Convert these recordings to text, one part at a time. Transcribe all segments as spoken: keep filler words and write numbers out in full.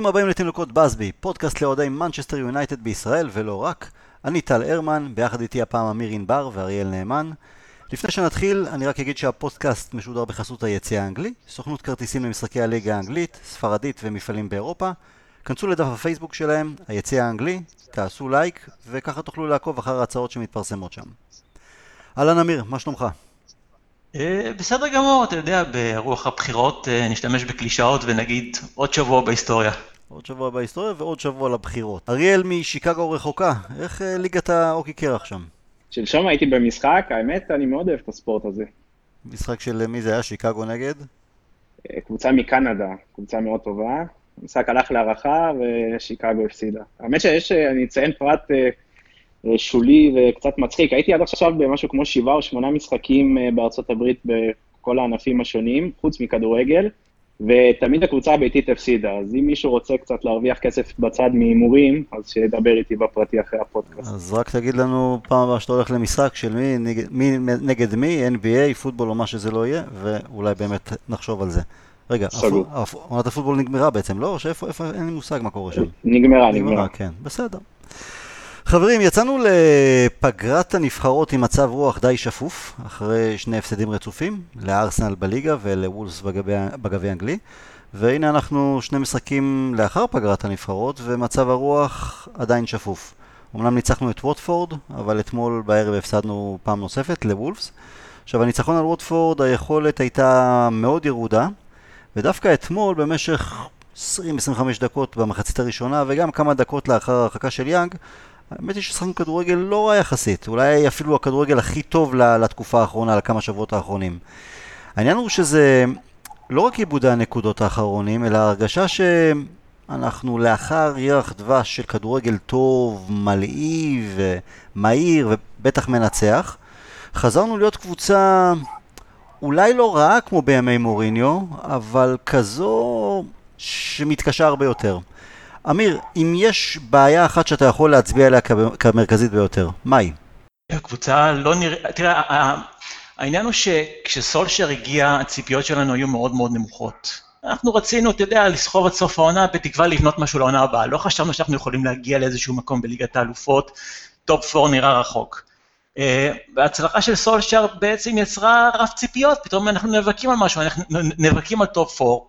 ברוכים הבאים לתינוקות בסבי, פודקאסט לאוהדי מנצ'סטר יונייטד בישראל ולא רק. אני טל הרמן, ביחד איתי הפעם אמיר ענבר ואריאל נאמן. לפני שנתחיל, אני רק אגיד שהפודקאסט משודר בחסות היציע האנגלי, סוכנות כרטיסים למשחקי הליגה האנגלית, ספרדית ומפעלים באירופה. כנסו לדף הפייסבוק שלהם, היציע האנגלי, תעשו לייק וככה תוכלו לעקוב אחר ההצעות שמתפרסמות שם. אהלן אמיר, מה שלומך? בסדר גמור, אתה יודע, ברוח הבחירות נשתמש בקלישאות ונגיד עוד שבוע בהיסטוריה. עוד שבוע בהיסטוריה ועוד שבוע לבחירות. אריאל משיקגו רחוקה, איך ליגת האוקי קרח שם? שלשום הייתי במשחק, האמת אני מאוד אוהב את הספורט הזה. משחק של מי זה היה? שיקגו נגד? קבוצה מקנדה, קבוצה מאוד טובה. המשחק הלך להערכה ושיקגו הפסידה. האמת שיש, אני אציין פרט שולי וקצת מצחיק. הייתי עד עכשיו במשהו כמו שבעה או שמונה משחקים בארצות הברית בכל הענפים השונים, חוץ מכדורגל, ותמיד הקבוצה הביתית הפסידה. אז אם מישהו רוצה קצת להרוויח כסף בצד מהימורים, אז שידבר איתי בפרטי אחרי הפודקאסט. אז רק תגיד לנו פעם הבאה שאתה הולך למשחק של מי נגד מי, נגד מי, אן בי איי, פוטבול או מה שזה לא יהיה, ואולי באמת נחשוב על זה. רגע, עונת הפוטבול נגמרה בעצם, לא? או שאיפה, איפה, אין לי מושג מה קורה שם. נגמרה, נגמרה. כן, בסדר. חברים, יצאנו לפגרת הנבחרות עם מצב רוח די שפוף, אחרי שני הפסדים רצופים, לארסנל בליגה ולוולס בגביע אנגלי, והנה אנחנו שני משחקים לאחר פגרת הנבחרות, ומצב הרוח עדיין שפוף. אמנם ניצחנו את ווטפורד, אבל אתמול בערב הפסדנו פעם נוספת לוולס. עכשיו, הניצחון על ווטפורד, היכולת הייתה מאוד ירודה, ודווקא אתמול במשך עשרים עד עשרים וחמש דקות במחצית הראשונה, וגם כמה דקות לאחר הרחקה של יאנג, האמת היא ששחקנו כדורגל לא רע יחסית, אולי אפילו הכדורגל הכי טוב לתקופה האחרונה, לכמה שבועות האחרונים. העניין הוא שזה לא רק עיבוד הנקודות האחרונים, אלא הרגשה שאנחנו לאחר ירח דבש של כדורגל טוב, מלאיב, מהיר ובטח מנצח, חזרנו להיות קבוצה אולי לא רעה כמו בימי מוריניו, אבל כזו שמתקשה הרבה יותר. אמיר, אם יש בעיה אחת שאתה יכול להצביע עליה כמרכזית ביותר, מה היא? הקבוצה לא נראה, תראה, העניין הוא שכשסולשר הגיע, הציפיות שלנו היו מאוד מאוד נמוכות. אנחנו רצינו, אתה יודע, לסחוב את סוף העונה בתקווה לבנות משהו לעונה הבאה. לא חשבנו שאנחנו יכולים להגיע לאיזשהו מקום בליגת האלופות, טופ ארבע נראה רחוק. וההצלחה של סולשר בעצם יצרה רף ציפיות, פתאום אנחנו נאבקים על משהו, אנחנו נאבקים על טופ ארבע.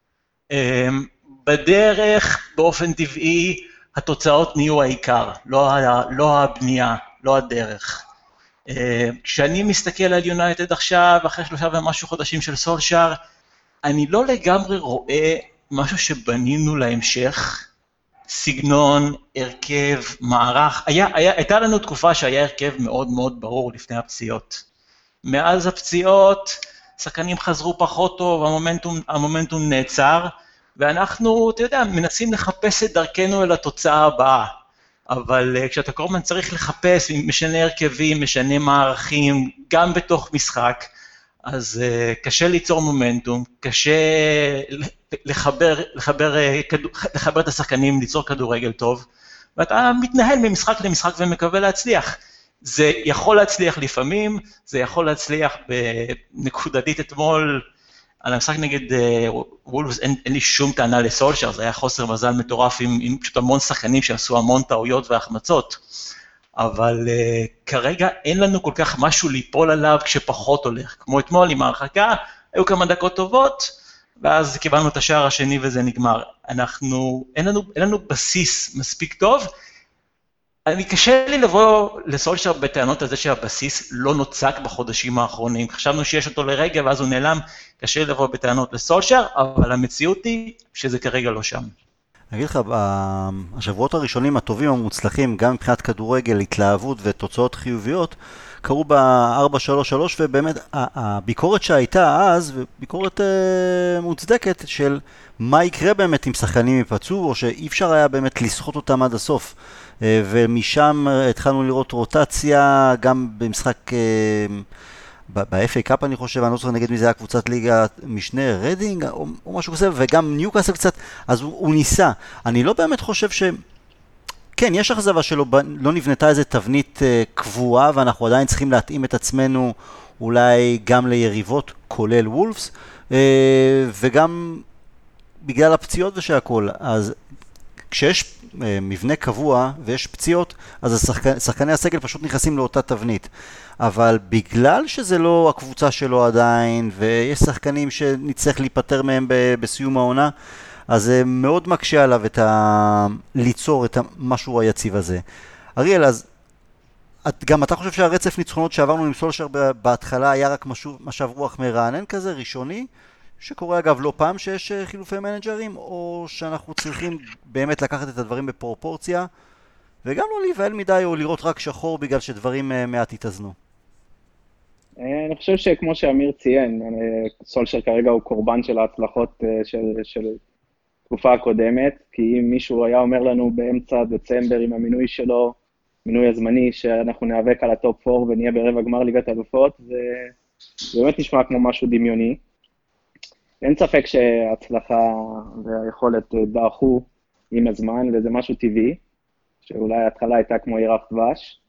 בדרך, באופן טבעי, התוצאות נהיו העיקר, לא, לא הבנייה, לא הדרך. כשאני מסתכל על יונייטד עכשיו, אחרי שלושה ומשהו חודשים של סולשר, אני לא לגמרי רואה משהו שבנינו להמשך, סגנון, הרכב, מערך. היה, היה, הייתה לנו תקופה שהיה הרכב מאוד מאוד ברור לפני הפציעות. מאז הפציעות, שחקנים חזרו פחות טוב, המומנטום, המומנטום נעצר, ואנחנו, אתה יודע, מנסים לחפש את דרכנו אל התוצאה הבאה, אבל uh, כשאתה כל הזמן צריך לחפש, משנה הרכבים, משנה מערכים, גם בתוך משחק, אז uh, קשה ליצור מומנטום, קשה לחבר, לחבר, uh, כדור, לחבר את השחקנים, ליצור כדורגל טוב, ואתה מתנהל ממשחק למשחק ומקווה להצליח. זה יכול להצליח לפעמים, זה יכול להצליח בנקודתית אתמול, על המשחק נגד וולפס, אין, אין לי שום טענה לסולשר, זה היה חוסר מזל מטורף עם, עם פשוט המון שחקנים שעשו המון טעויות והחמצות, אבל uh, כרגע אין לנו כל כך משהו ליפול עליו כשפחות הולך, כמו אתמול עם ההרחקה, היו כמה דקות טובות, ואז קיבלנו את השער השני וזה נגמר. אנחנו, אין לנו, אין לנו בסיס מספיק טוב, אני קשה לי לבוא לסולשר בטענות על זה שהבסיס לא נוצק בחודשים האחרונים. חשבנו שיש אותו לרגע ואז הוא נעלם, קשה לי לבוא בטענות לסולשר, אבל המציאות היא שזה כרגע לא שם. אני אגיד לך, השבועות הראשונים הטובים המוצלחים, גם מבחינת כדורגל, התלהבות ותוצאות חיוביות, קרו ב-ארבע שלוש שלוש, ובאמת הביקורת שהייתה אז, ביקורת מוצדקת של מה יקרה באמת אם שחקנים ייפצעו, או שאי אפשר היה באמת לסחוט אותם עד הסוף. ומשם התחלנו לראות רוטציה גם במשחק ב-אף איי קאפ אני חושב, אני לא זוכר נגד מי זה היה קבוצת ליגה משנה, רדינג או, או משהו כזה, וגם ניוקאסל קצת, אז הוא, הוא ניסה. אני לא באמת חושב ש... כן, יש אכזבה שלא לא נבנתה איזה תבנית קבועה, ואנחנו עדיין צריכים להתאים את עצמנו אולי גם ליריבות, כולל וולפס, וגם בגלל הפציעות ושהכול, אז כשיש מבנה קבוע ויש פציעות, אז השחקני, שחקני הסגל פשוט נכנסים לאותה תבנית. אבל בגלל שזה לא הקבוצה שלו עדיין, ויש שחקנים שנצטרך להיפטר מהם בסיום העונה, אז זה מאוד מקשה עליו את ה... ליצור את המשהו היציב הזה. אריאל, אז את, גם אתה חושב שהרצף ניצחונות שעברנו עם סולשר בהתחלה היה רק משוב, משב רוח מרענן כזה, ראשוני, שקורה אגב לא פעם שיש חילופי מנג'רים, או שאנחנו צריכים באמת לקחת את הדברים בפרופורציה, וגם לא להיבהל מדי או לראות רק שחור בגלל שדברים מעט יתאזנו? אני חושב שכמו שאמיר ציין, סולשר כרגע הוא קורבן של ההצלחות של, של תקופה הקודמת, כי אם מישהו היה אומר לנו באמצע דצמבר עם המינוי שלו, מינוי הזמני, שאנחנו נאבק על הטופ ארבע ונהיה ברבע גמר ליגת האלופות, זה באמת נשמע כמו משהו דמיוני. אין ספק שההצלחה והיכולת דעכו עם הזמן, וזה משהו טבעי, שאולי ההתחלה הייתה כמו ירח דבש.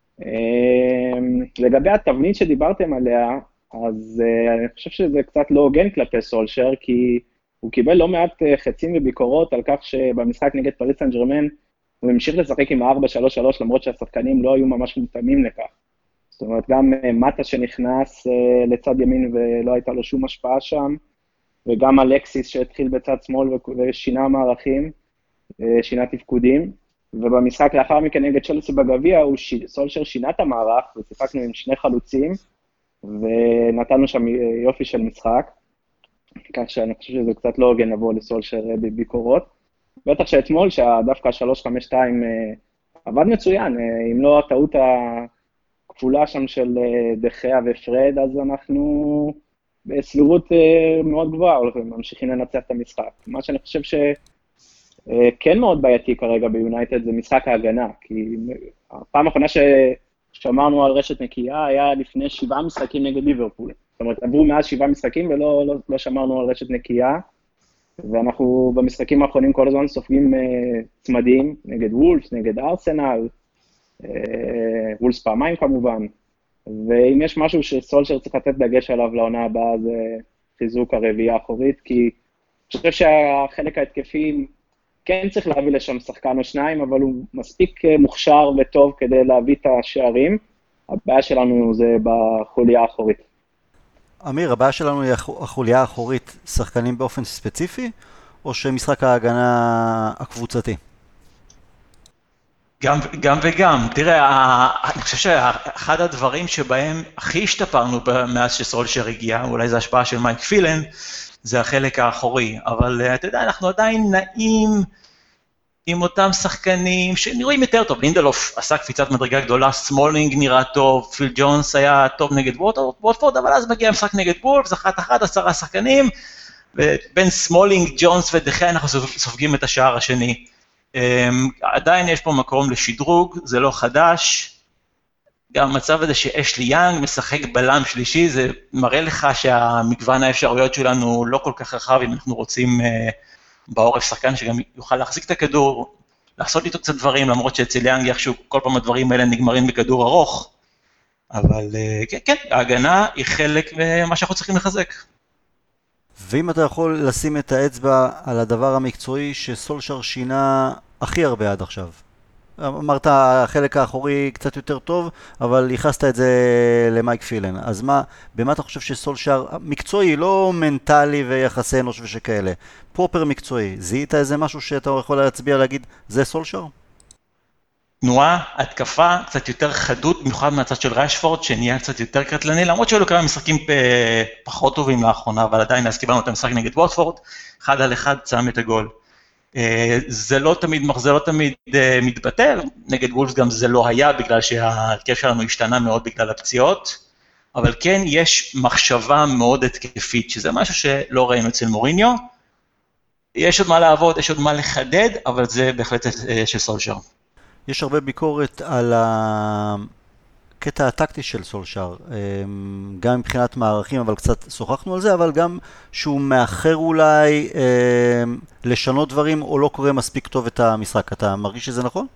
לגבי התבנית שדיברתם עליה, אז אני חושב שזה קצת לא הוגן כלפי סולשר, כי הוא קיבל לא מעט חצים וביקורות על כך שבמשחק נגד פריס סן ז'רמן, הוא המשיך לשחק עם ארבע שלוש שלוש, למרות שהשחקנים לא היו ממש מותאמים לכך. זאת אומרת, גם מטה שנכנס לצד ימין ולא הייתה לו שום השפעה שם, וגם אלקסיס שהתחיל בצד שמאל ושינה מערכים, שינה תפקודים, ובמשחק לאחר מכן נגד צ'לסי בגביע, סולשר שינה את המערך, ושיחקנו עם שני חלוצים, ונתנו שם יופי של משחק, כך שאני חושב שזה קצת לא הוגן לבוא לסולשר בביקורות. בטח שאתמול, שדווקא שלוש חמש שתיים עבד מצוין, אם לא הטעות הכפולה שם של דחיה ופרד, אז אנחנו בסבירות מאוד גבוהה, ממשיכים לנצח את המשחק. מה שאני חושב שכן מאוד בעייתי כרגע ביונייטד זה משחק ההגנה, כי הפעם האחרונה ששמרנו על רשת נקייה היה לפני שבעה משחקים נגד ליברפול. זאת אומרת, עברו מאז שבעה משחקים ולא לא, לא שמרנו על רשת נקייה, ואנחנו במשחקים האחרונים כל הזמן סופגים uh, צמדים, נגד וולפס, נגד ארסנל, uh, וולפס פעמיים כמובן, ואם יש משהו שסולשר צריך לתת דגש עליו לעונה הבאה, זה חיזוק הרביעייה האחורית, כי אני חושב שהחלק ההתקפי כן צריך להביא לשם שחקן או שניים, אבל הוא מספיק מוכשר וטוב כדי להביא את השערים, הבעיה שלנו זה בחוליה האחורית. אמיר, הבעיה שלנו היא החוליה האחורית, שחקנים באופן ספציפי, או שמשחק ההגנה הקבוצתי? גם, גם וגם. תראה, אני חושב שאחד הדברים שבהם הכי השתפרנו מאז שסולשר הגיע, אולי זה השפעה של מייק פילן, זה החלק האחורי. אבל אתה יודע, אנחנו עדיין נעים עם אותם שחקנים שנראים יותר טוב. לינדלוף עשה קפיצת מדרגה גדולה, סמולינג נראה טוב, פיל ג'ונס היה טוב נגד ווטפורד, אבל אז מגיע משחק נגד וולפס, אחת אחת, עשרה שחקנים, ובין סמולינג, ג'ונס ודחיה אנחנו סופגים את השער השני. עדיין יש פה מקום לשדרוג, זה לא חדש. גם המצב הזה שאשלי יאנג משחק בלם שלישי, זה מראה לך שהמגוון האפשרויות שלנו לא כל כך רחב, אם אנחנו רוצים בעורף שחקן שגם יוכל להחזיק את הכדור, לעשות איתו קצת דברים, למרות שאצל יאנג איכשהו כל פעם הדברים האלה נגמרים בכדור ארוך, אבל כן, כן, ההגנה היא חלק ממה שאנחנו צריכים לחזק. ואם אתה יכול לשים את האצבע על הדבר המקצועי שסולשר שינה הכי הרבה עד עכשיו. אמרת, החלק האחורי קצת יותר טוב, אבל ייחסת את זה למייק פילן. אז מה, במה אתה חושב שסולשר, מקצועי, לא מנטלי ויחסי אנוש ושכאלה, פרופר מקצועי, זיהית איזה משהו שאתה יכול להצביע להגיד, זה סולשר? תנועה, התקפה, קצת יותר חדות, במיוחד מהצד של רשפורד, שנהיה קצת יותר קטלני, למרות שהיו לו כמה משחקים פחות טובים לאחרונה, אבל עדיין אז קיבלנו את המשחק נגד ווטפורד, אחד על אחד צם את הגול. זה לא תמיד, זה לא תמיד מתבטא, נגד וולפס גם זה לא היה, בגלל שההרכב שלנו השתנה מאוד בגלל הפציעות, אבל כן יש מחשבה מאוד התקפית, שזה משהו שלא ראינו אצל מוריניו, יש עוד מה לעבוד, יש עוד מה לחדד, אבל זה בהחלט של סולשר. יש הרבה ביקורת על הקטע הטקטי של סולשר, גם מבחינת מערכים, אבל קצת שוחחנו על זה, אבל גם שהוא מאחר אולי לשנות דברים, או לא קורא מספיק טוב את המשחק. אתה מרגיש שזה נכון?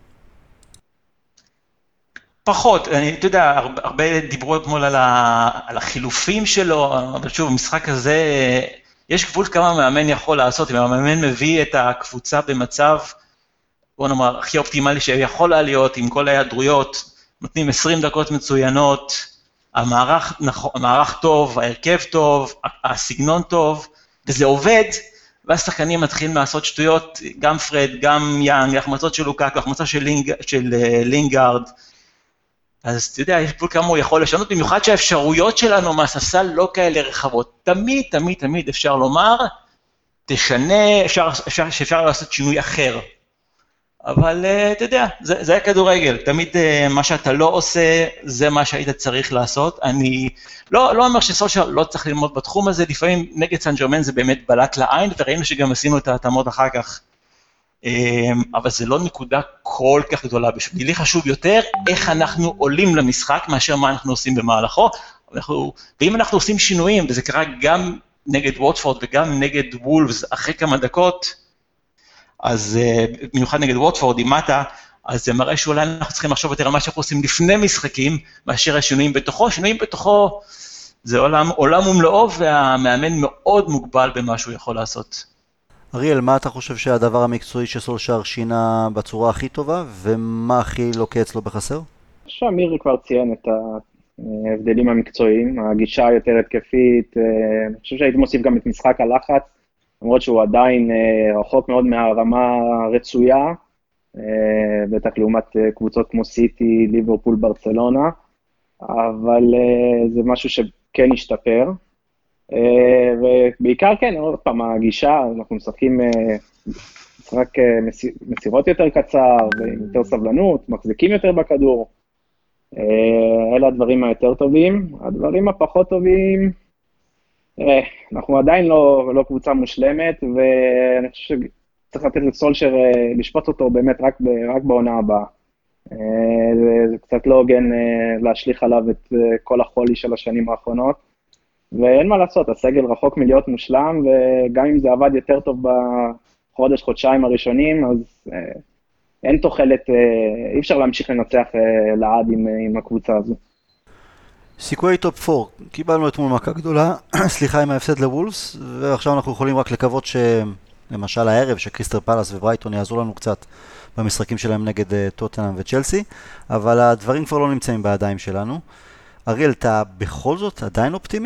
פחות, אני, אתה יודע, הרבה, הרבה דיברו אתמול על, ה, על החילופים שלו, אבל שוב, המשחק הזה, יש גבול כמה מאמן יכול לעשות, אם המאמן מביא את הקבוצה במצב, בוא נאמר, הכי אופטימלי שיכול להיות, עם כל ההיעדרויות, נותנים עשרים דקות מצוינות, המערך, המערך טוב, ההרכב טוב, הסגנון טוב, וזה עובד, והשחקנים מתחילים לעשות שטויות, גם פרד, גם יאנג, החמצות של לוקאקו, החמצה של, לינג, של uh, לינגארד, אז אתה יודע, יש גבול כמה הוא יכול לשנות, במיוחד שהאפשרויות שלנו מהספסל לא כאלה רחבות. תמיד, תמיד, תמיד אפשר לומר, תשנה, אפשר, אפשר, שאפשר לעשות שינוי אחר. אבל אתה יודע, זה, זה היה כדורגל, תמיד מה שאתה לא עושה, זה מה שהיית צריך לעשות. אני לא, לא אומר שסולשר לא צריך ללמוד בתחום הזה, לפעמים נגד סן ג'רמן זה באמת בלט לעין, וראינו שגם עשינו את ההתאמות אחר כך. אבל זה לא נקודה כל כך גדולה בשבילי, לי חשוב יותר איך אנחנו עולים למשחק מאשר מה אנחנו עושים במהלכו, אנחנו, ואם אנחנו עושים שינויים, וזה קרה גם נגד ווטפורד וגם נגד וולפס אחרי כמה דקות, אז במיוחד נגד ווטפורד, אם אתה, אז זה מראה שאולי אנחנו צריכים לחשוב יותר על מה שאנחנו עושים לפני משחקים, מאשר השינויים בתוכו, שינויים בתוכו זה עולם, עולם ומלואו, והמאמן מאוד מוגבל במה שהוא יכול לעשות. אריאל, מה אתה חושב שהדבר המקצועי שסולשר שינה בצורה הכי טובה, ומה הכי לוקה אצלו בחסר? שאמיר כבר ציין את ההבדלים המקצועיים, הגישה היותר התקפית, אני חושב שהייתי מוסיף גם את משחק הלחץ, למרות שהוא עדיין רחוק מאוד מהרמה הרצויה, בטח לעומת קבוצות כמו סיטי, ליברפול, ברצלונה, אבל זה משהו שכן השתפר. ובעיקר כן, עוד פעם, הגישה, אנחנו משחקים משחק מסירות יותר קצר, ועם יותר סבלנות, מחזיקים יותר בכדור. אלה הדברים היותר טובים. הדברים הפחות טובים, אנחנו עדיין לא, לא קבוצה מושלמת, ואני חושב שצריך לתת לסולשר לשפוט אותו באמת רק, רק בעונה הבאה. זה קצת לא הוגן להשליך עליו את כל החולי של השנים האחרונות. ואין מה לעשות, הסגל רחוק מלהיות מושלם, וגם אם זה עבד יותר טוב בחודש, חודשיים הראשונים, אז אה, אין תוחלת, אה, אי אפשר להמשיך לנצח אה, לעד עם, עם הקבוצה הזו. סיכויי טופ ארבע, קיבלנו אתמול מכה גדולה, סליחה עם ההפסד לוולס, ועכשיו אנחנו יכולים רק לקוות שלמשל הערב, שקריסטל פלאס וברייטון יעזרו לנו קצת במשחקים שלהם נגד אה, טוטנהאם וצ'לסי, אבל הדברים כבר לא נמצאים בידיים שלנו. אריאל, אתה בכל זאת עדיין אופטימי?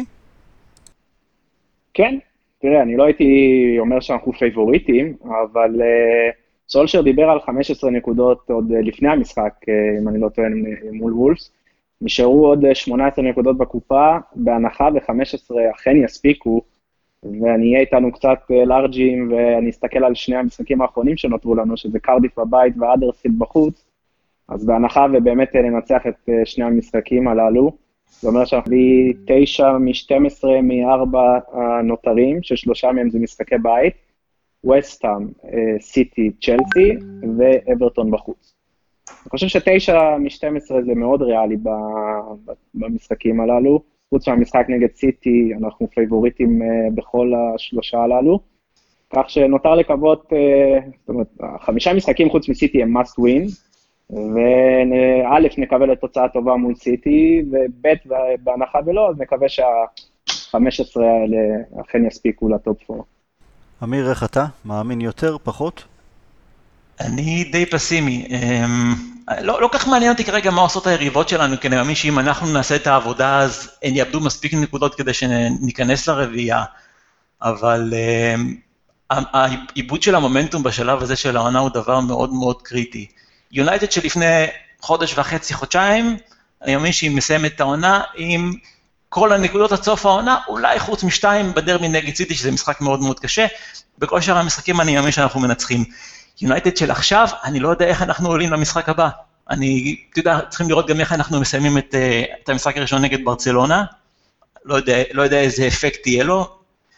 כן, תראה, אני לא הייתי אומר שאנחנו פייבוריטים, אבל uh, סולשר דיבר על חמש עשרה נקודות עוד uh, לפני המשחק, uh, אם אני לא טוען מול וולפס, נשארו עוד uh, שמונה עשרה נקודות בקופה, בהנחה ו-חמש עשרה אכן יספיקו, ואני אהיה איתנו קצת uh, לארג'ים, ואני אסתכל על שני המשחקים האחרונים שנותרו לנו, שזה קרדיף בבית והאדרספילד בחוץ, אז בהנחה ובאמת לנצח את uh, שני המשחקים הללו, זה אומר שאנחנו בלי תשע מ-שתים עשרה מארבע הנותרים, ששלושה מהם זה משחקי בית, ווסטהאם, סיטי, צ'לסי ואברטון בחוץ. אני חושב שתשע מ-שתים עשרה זה מאוד ריאלי במשחקים הללו, חוץ מהמשחק נגד סיטי, אנחנו פייבוריטים בכל השלושה הללו, כך שנותר לקוות, זאת אומרת, חמישה משחקים חוץ מסיטי הם must win, וא' נקווה לתוצאה טובה מול סיטי, וב' בהנחה ולא, אז נקווה שה-חמש עשרה האלה אכן יספיקו לטופ ארבע. אמיר, איך אתה? מאמין יותר, פחות? אני די פסימי. לא, לא כך מעניין אותי כרגע מה עושות היריבות שלנו, כי אני מאמין שאם אנחנו נעשה את העבודה, אז הן יאבדו מספיק נקודות כדי שניכנס לרביעייה, אבל העיבוד של המומנטום בשלב הזה של העונה הוא דבר מאוד מאוד קריטי. יונייטד שלפני חודש וחצי, חודשיים, אני מאמין שהיא מסיימת את העונה עם כל הנקודות עד סוף העונה, אולי חוץ משתיים בדרבי נגד סיטי, שזה משחק מאוד מאוד קשה, בכל שאר המשחקים אני מאמין שאנחנו מנצחים. יונייטד של עכשיו, אני לא יודע איך אנחנו עולים למשחק הבא. אני, אתה יודע, צריכים לראות גם איך אנחנו מסיימים את, את המשחק הראשון נגד ברצלונה, לא יודע, לא יודע איזה אפקט יהיה לו.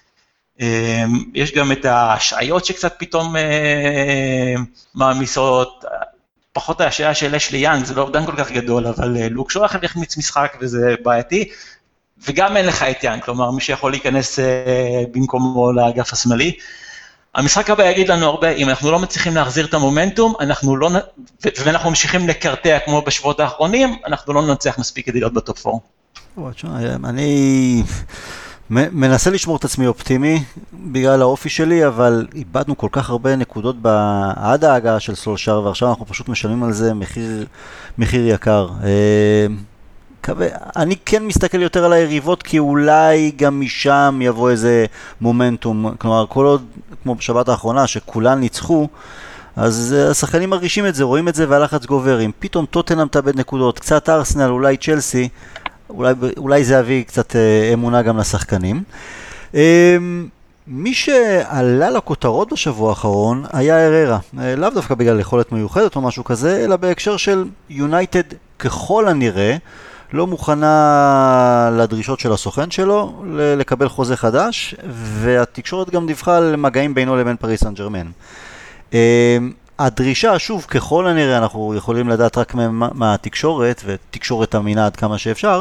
יש גם את השעיות שקצת פתאום מעמיסות, פחות ההשעיה של אשלי יאנג, זה לא אובדן כל כך גדול, אבל לוק שו אחר יחמיץ משחק וזה בעייתי, וגם אין לך את יאנג, כלומר מי שיכול להיכנס במקומו לאגף השמאלי. המשחק הבא יגיד לנו הרבה, אם אנחנו לא מצליחים להחזיר את המומנטום, אנחנו לא, ואנחנו ממשיכים לקרטע כמו בשבועות האחרונים, אנחנו לא ננצח מספיק כדי להיות בטופ ארבע. אני מנסה לשמור את עצמי אופטימי בגלל האופי שלי, אבל איבדנו כל כך הרבה נקודות עד ההגעה של סולשר, ועכשיו אנחנו פשוט משלמים על זה מחיר, מחיר יקר. אני כן מסתכל יותר על היריבות, כי אולי גם משם יבוא איזה מומנטום, כלומר כל עוד, כמו בשבת האחרונה, שכולן ניצחו, אז השחקנים מרגישים את זה, רואים את זה, והלחץ גובר. אם פתאום טוטנהאם תאבד נקודות, קצת ארסנל, אולי צ'לסי, אולי, אולי זה יביא קצת אמונה גם לשחקנים. מי שעלה לכותרות בשבוע האחרון היה אררה, לאו דווקא בגלל יכולת מיוחדת או משהו כזה, אלא בהקשר של יונייטד ככל הנראה, לא מוכנה לדרישות של הסוכן שלו לקבל חוזה חדש, והתקשורת גם דיווחה על מגעים בינו לבין פריס סן ז'רמן. הדרישה, שוב, ככל הנראה, אנחנו יכולים לדעת רק מהתקשורת, ותקשורת אמינה עד כמה שאפשר,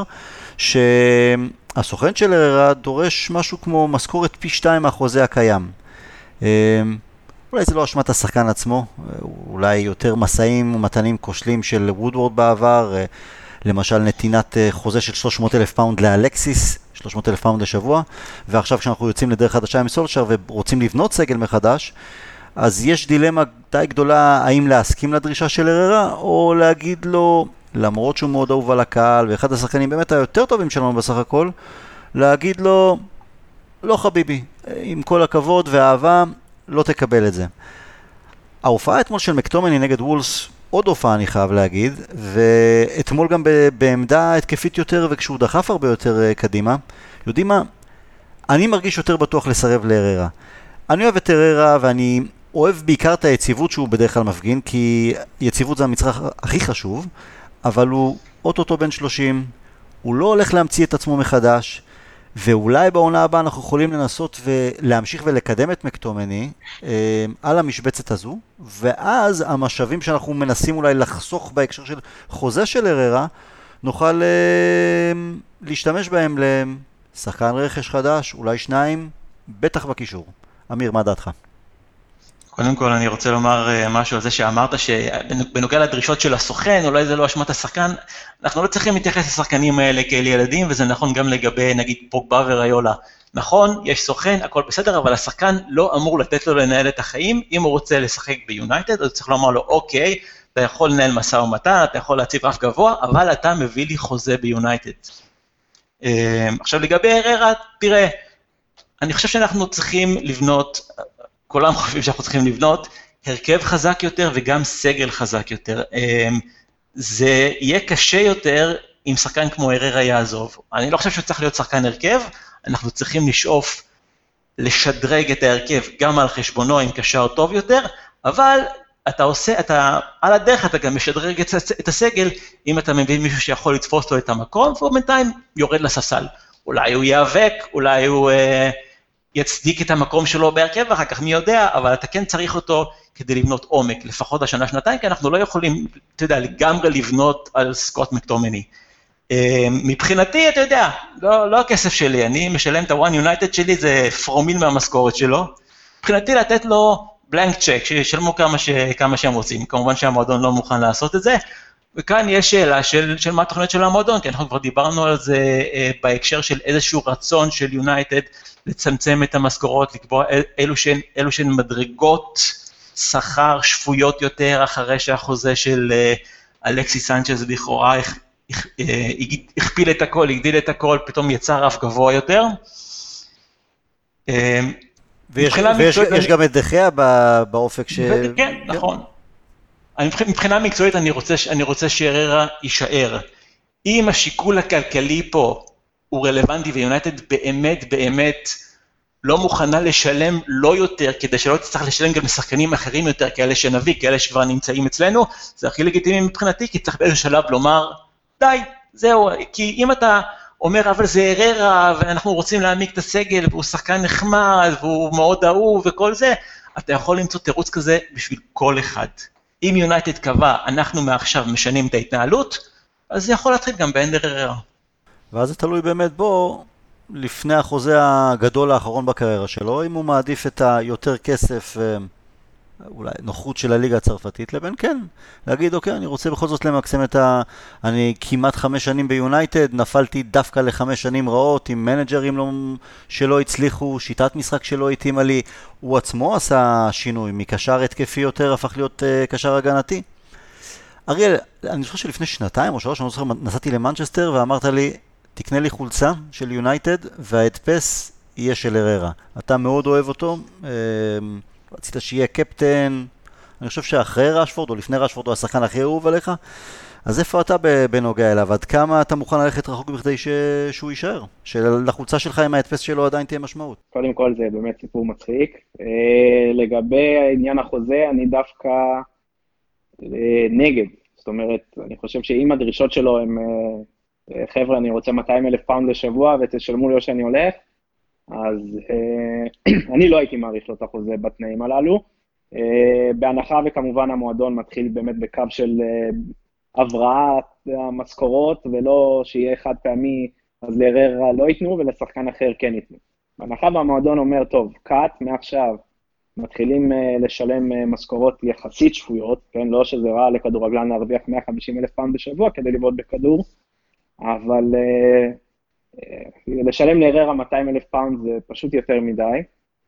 שהסוכן של אררה דורש משהו כמו משכורת פי שתיים מהחוזה הקיים. אולי זה לא אשמת השחקן עצמו, אולי יותר מסעים ומתנים כושלים של וודוורד בעבר, למשל נתינת חוזה של שלוש מאות אלף פאונד לאלקסיס, שלוש מאות אלף פאונד לשבוע, ועכשיו כשאנחנו יוצאים לדרך חדשה עם סולשר ורוצים לבנות סגל מחדש, אז יש דילמה די גדולה האם להסכים לדרישה של אררה, או להגיד לו, למרות שהוא מאוד אהוב על הקהל, ואחד השחקנים באמת היותר טובים שלנו בסך הכל, להגיד לו, לא חביבי, עם כל הכבוד והאהבה, לא תקבל את זה. ההופעה אתמול של מקטומני נגד וולס, עוד הופעה אני חייב להגיד, ואתמול גם בעמדה התקפית יותר, וכשהוא דחף הרבה יותר קדימה, יודעים מה? אני מרגיש יותר בטוח לסרב לאררה. אני אוהב את אררה, ואני אוהב בעיקר את היציבות שהוא בדרך כלל מפגין, כי יציבות זה המצרך הכי חשוב, אבל הוא אוטוטו בן שלושים, הוא לא הולך להמציא את עצמו מחדש, ואולי בעונה הבאה אנחנו יכולים לנסות ולהמשיך ולקדם את מקטומני אה, על המשבצת הזו, ואז המשאבים שאנחנו מנסים אולי לחסוך בהקשר של חוזה של אררה, נוכל אה, להשתמש בהם לשחקן רכש חדש, אולי שניים, בטח בקישור. אמיר, מה דעתך? קודם כל אני רוצה לומר משהו על זה שאמרת שבנוגע לדרישות של הסוכן, אולי זה לא אשמת השחקן, אנחנו לא צריכים להתייחס לשחקנים האלה כאל ילדים, וזה נכון גם לגבי נגיד פוגבה וריולה. נכון, יש סוכן, הכל בסדר, אבל השחקן לא אמור לתת לו לנהל את החיים, אם הוא רוצה לשחק ביונייטד, אז צריך לומר לו, אוקיי, אתה יכול לנהל מסע ומתן, אתה יכול להציב רף גבוה, אבל אתה מביא לי חוזה ביונייטד. עכשיו לגבי אררה, תראה, אני חושב שאנחנו צריכים לבנות, כולם חושבים שאנחנו צריכים לבנות, הרכב חזק יותר וגם סגל חזק יותר. זה יהיה קשה יותר אם שחקן כמו אררה יעזוב. אני לא חושב שצריך להיות שחקן הרכב, אנחנו צריכים לשאוף לשדרג את ההרכב גם על חשבונו עם קשר טוב יותר, אבל אתה עושה, אתה, על הדרך אתה גם משדרג את הסגל, אם אתה מבין מישהו שיכול לתפוס לו את המקום, והוא בינתיים יורד לספסל. אולי הוא ייאבק, אולי הוא אה, יצדיק את המקום שלו בהרכב, ואחר כך מי יודע, אבל אתה כן צריך אותו כדי לבנות עומק, לפחות השנה שנתיים, כי אנחנו לא יכולים, אתה יודע, לגמרי לבנות על סקוט מקטומני. אה, מבחינתי, אתה יודע, לא, לא הכסף שלי, אני משלם את ה-One United שלי, זה פרומיל מהמשכורת שלו, מבחינתי לתת לו בלנק צ'ק, שישלמו כמה, ש, כמה שהם רוצים, כמובן שהמועדון לא מוכן לעשות את זה, וכאן יש שאלה של, של מה התוכנית של המועדון, כי אנחנו כבר דיברנו על זה אה, בהקשר של איזשהו רצון של יונייטד, לצמצם את המשכורות, לקבוע אילו שהן, אילו שהן מדרגות שכר שפויות יותר, אחרי שהחוזה של אה, אלכסי סנצ'ז לכאורה, הכפיל את הכל, הגדיל את הכל, פתאום יצא רף גבוה יותר. אה, ויש, ויש יש גם את דחיה באופק ש... כן, נכון. מבחינה מקצועית אני רוצה, אני רוצה שאררה יישאר. אם השיקול הכלכלי פה הוא רלוונטי ויונייטד באמת באמת לא מוכנה לשלם לא יותר, כדי שלא תצטרך לשלם גם לשחקנים אחרים יותר, כאלה שנביא, כאלה שכבר נמצאים אצלנו, זה הכי לגיטימי מבחינתי, כי צריך באיזשהו שלב לומר, די, זהו, כי אם אתה אומר, אבל זה אררה, ואנחנו רוצים להעמיק את הסגל, והוא שחקן נחמד, והוא מאוד אהוב וכל זה, אתה יכול למצוא תירוץ כזה בשביל כל אחד. אם יונייטד קבע, אנחנו מעכשיו משנים את ההתנהלות, אז זה יכול להתחיל גם באנדר אררה. ואז זה תלוי באמת בו, לפני החוזה הגדול האחרון בקריירה שלו, אם הוא מעדיף את היותר כסף אולי נוחות של הליגה הצרפתית, לבין כן, להגיד, אוקיי, אני רוצה בכל זאת למקסם את ה... אני כמעט חמש שנים ביונייטד, נפלתי דווקא לחמש שנים רעות, עם מנג'רים לא... שלא הצליחו, שיטת משחק שלא התאימה לי, הוא עצמו עשה שינוי, מקשר התקפי יותר הפך להיות uh, קשר הגנתי. אריאל, אני חושב שלפני שנתיים או שלוש, אני לא זוכר, נסעתי למנצ'סטר ואמרת לי, תקנה לי חולצה של יונייטד וההדפס יהיה של הררה. אתה מאוד אוהב אותו, רצית שיהיה קפטן, אני חושב שאחרי רשפורד או לפני רשפורד הוא השחקן הכי אהוב עליך, אז איפה אתה בנוגע אליו? עד כמה אתה מוכן ללכת רחוק בכדי ש... שהוא יישאר? שלחולצה שלך עם ההדפס שלו עדיין תהיה משמעות? קודם כל זה באמת סיפור מצחיק. לגבי העניין החוזה, אני דווקא נגד. זאת אומרת, אני חושב שאם הדרישות שלו הם, חבר'ה, אני רוצה מאתיים אלף פאונד לשבוע ותשלמו לי או שאני הולך, אז אני לא הייתי מעריך לו את החוזה בתנאים הללו. בהנחה וכמובן המועדון מתחיל באמת בקו של הבראת המשכורות, ולא שיהיה חד פעמי, אז להררה לא ייתנו ולשחקן אחר כן ייתנו. בהנחה והמועדון אומר, טוב, קאט, מעכשיו מתחילים לשלם משכורות יחסית שפויות, כן, לא שזה רע לכדורגלן להרוויח מאה וחמישים אלף פעם בשבוע כדי לבעוט בכדור, אבל לשלם להררה מאתיים אלף פאונד זה פשוט יותר מדי.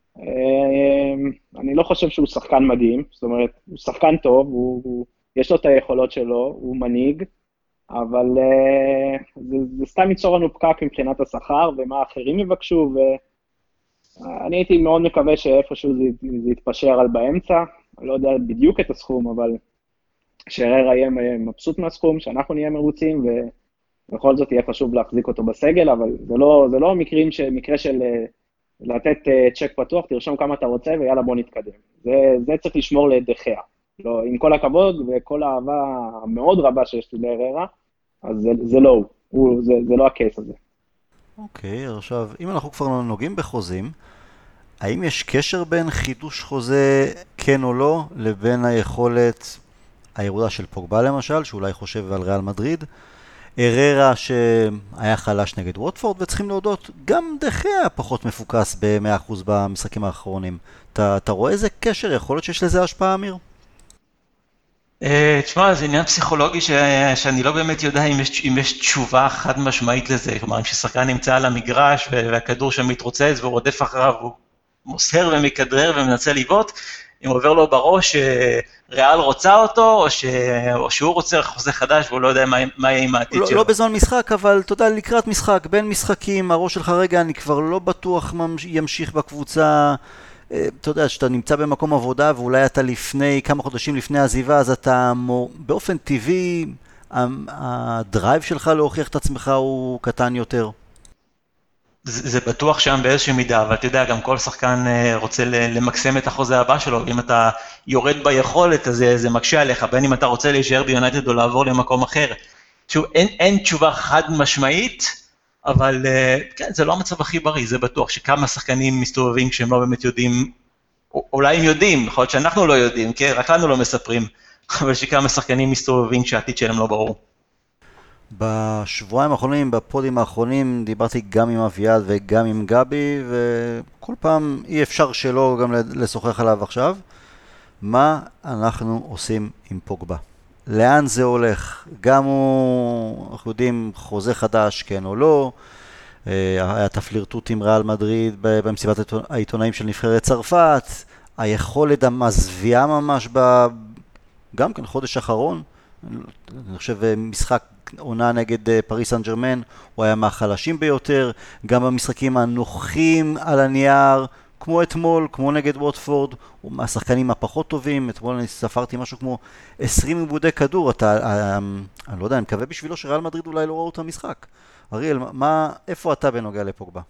אני לא חושב שהוא שחקן מדהים, זאת אומרת, הוא שחקן טוב, הוא, הוא, יש לו את היכולות שלו, הוא מנהיג, אבל זה, זה סתם ייצור לנו פקק מבחינת השכר ומה האחרים יבקשו, ואני הייתי מאוד מקווה שאיפשהו זה, זה יתפשר על באמצע, אני לא יודע בדיוק את הסכום, אבל שהררה יהיה מבסוט מהסכום, שאנחנו נהיה מרוצים, ובכל זאת יהיה חשוב להחזיק אותו בסגל, אבל זה לא, זה לא מקרים ש, מקרה של לתת צ'ק פתוח, תרשום כמה אתה רוצה ויאללה בוא נתקדם. זה, זה צריך לשמור לדחיה. לא, עם כל הכבוד וכל האהבה המאוד רבה שיש לי להררה, אז זה, זה לא הוא, זה, זה לא הקייס הזה. אוקיי, okay, עכשיו, אם אנחנו כבר נוגעים בחוזים, האם יש קשר בין חידוש חוזה כן או לא, לבין היכולת הירודה של פוגבה למשל, שאולי חושב על ריאל מדריד, הררה שהיה חלש נגד ווטפורד, וצריכים להודות, גם דחיה היה פחות מפוקס ב-מאה אחוז במשחקים האחרונים. אתה, אתה רואה איזה קשר? יכול להיות שיש לזה השפעה, אמיר? תשמע, זה עניין פסיכולוגי שאני לא באמת יודע אם יש תשובה חד משמעית לזה. כלומר, אם ששחקן נמצא על המגרש והכדור שם מתרוצץ והוא רודף אחריו, הוא מוסר ומכדרר ומנסה לבעוט, אם עובר לו בראש ריאל רוצה אותו, או שהוא רוצה חוזה חדש והוא לא יודע מה יהיה עם העתיד שלו. לא בזמן משחק, אבל תודה, לקראת משחק, בין משחקים, הראש שלך רגע, אני כבר לא בטוח ימשיך בקבוצה. אתה יודע, שאתה נמצא במקום עבודה, ואולי אתה לפני, כמה חודשים לפני העזיבה, אז אתה באופן טבעי, הדרייב שלך להוכיח את עצמך הוא קטן יותר. זה, זה בטוח שם באיזושהי מידה, אבל אתה יודע, גם כל שחקן רוצה למקסם את החוזה הבא שלו, אם אתה יורד ביכולת, אז זה, זה מקשה עליך, בין אם אתה רוצה להישאר ביונייטד או לעבור למקום אחר. שוב, אין, אין תשובה חד משמעית, אבל כן, זה לא המצב הכי בריא, זה בטוח שכמה שחקנים מסתובבים כשהם לא באמת יודעים, אולי הם יודעים, יכול להיות שאנחנו לא יודעים, כן? רק לנו לא מספרים, אבל שכמה שחקנים מסתובבים שהעתיד שלהם לא ברור. בשבועיים האחרונים, בפודים האחרונים, דיברתי גם עם אביעד וגם עם גבי, וכל פעם אי אפשר שלא גם לשוחח עליו עכשיו. מה אנחנו עושים עם פוגבה? לאן זה הולך? גם הוא, אנחנו יודעים, חוזה חדש, כן או לא, היה את הפלירטוט עם ריאל מדריד במסיבת העיתונאים של נבחרת צרפת, היכולת המזוויעה ממש ב... גם כן חודש אחרון, אני חושב משחק עונה נגד פריס סן ז'רמן, הוא היה מהחלשים ביותר, גם במשחקים הנוחים על הנייר, כמו אתמול, כמו נגד ווטפורד, הוא מהשחקנים הפחות טובים, אתמול אני ספרתי משהו כמו עשרים עיבודי כדור, אתה, אני לא יודע, אני מקווה בשבילו שריאל מדריד אולי לא ראו את המשחק. אריאל, מה, איפה אתה בנוגע לפוגבה?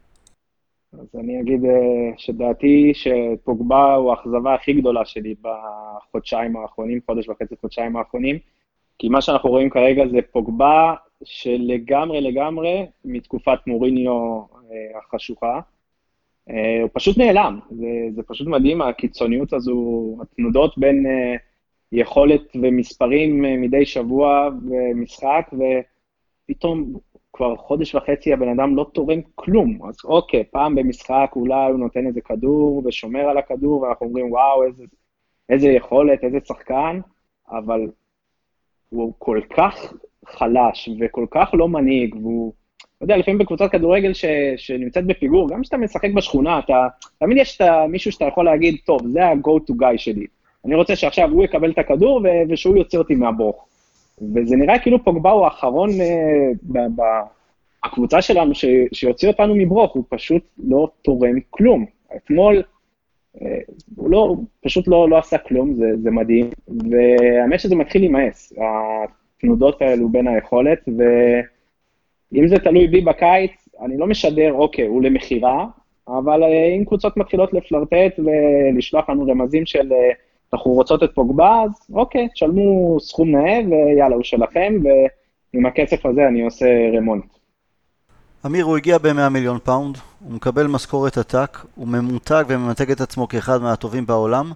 אז אני אגיד שדעתי שפוגבה הוא האכזבה הכי גדולה שלי בחודשיים האחרונים, חודש וחצי חודשיים האחרונים, כי מה שאנחנו רואים כרגע זה פוגבה שלגמרי לגמרי מתקופת מוריניו החשוכה, הוא פשוט נעלם, זה, זה פשוט מדהים, הקיצוניות הזו, התנודות בין uh, יכולת ומספרים uh, מדי שבוע ומשחק, ופתאום כבר חודש וחצי הבן אדם לא תורם כלום, אז אוקיי, פעם במשחק אולי הוא נותן איזה כדור ושומר על הכדור, ואנחנו אומרים וואו, איזה, איזה יכולת, איזה שחקן, אבל הוא כל כך חלש וכל כך לא מנהיג, והוא, לא יודע, לפעמים בקבוצת כדורגל ש, שנמצאת בפיגור, גם כשאתה משחק בשכונה, אתה, תמיד יש את מישהו שאתה יכול להגיד, טוב, זה ה-go to guy שלי. אני רוצה שעכשיו הוא יקבל את הכדור ו- ושהוא יוצא אותי מהברוך. וזה נראה כאילו פוגבה הוא האחרון בקבוצה שלנו ש- שיוציא אותנו מברוך, הוא פשוט לא תורם כלום. אתמול, הוא לא, פשוט לא, לא עשה כלום, זה, זה מדהים, והאמת שזה מתחיל להימאס, התנודות האלו בין היכולת, ואם זה תלוי בי בקיץ, אני לא משדר, אוקיי, הוא למחירה, אבל אם קבוצות מתחילות לפלרטט ולשלוח לנו רמזים של אנחנו רוצות את פוגבה, אז אוקיי, תשלמו סכום נאה ויאללה, הוא שלכם, ועם הכסף הזה אני עושה רמונט. אמיר, הוא הגיע ב-מאה מיליון פאונד, הוא מקבל משכורת עתק, הוא ממותג וממתג את עצמו כאחד מהטובים בעולם,